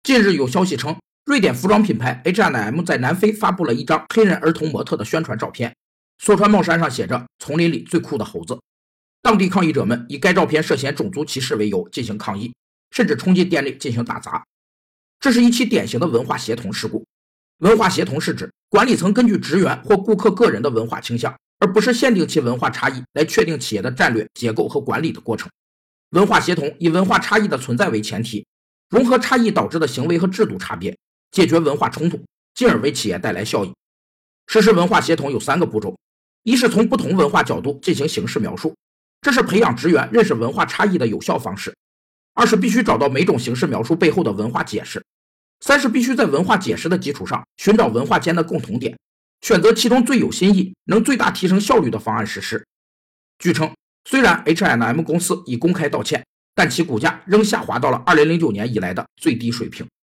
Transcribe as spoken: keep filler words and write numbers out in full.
近日有消息称，瑞典服装品牌 H and M 在南非发布了一张黑人儿童模特的宣传照片，索川帽衫上写着丛林里最酷的猴子。当地抗议者们以该照片涉嫌种族歧视为由进行抗议，甚至冲进店里进行打砸。这是一起典型的文化协同事故。文化协同是指管理层根据职员或顾客个人的文化倾向，而不是限定其文化差异来确定企业的战略、结构和管理的过程。文化协同以文化差异的存在为前提，融合差异导致的行为和制度差别，解决文化冲突，进而为企业带来效益。实施文化协同有三个步骤：一是从不同文化角度进行形式描述，这是培养职员认识文化差异的有效方式；二是必须找到每种形式描述背后的文化解释；三是必须在文化解释的基础上寻找文化间的共同点，选择其中最有新意、能最大提升效率的方案实施。据称，虽然 H and M 公司已公开道歉，但其股价仍下滑到了二零零九年以来的最低水平。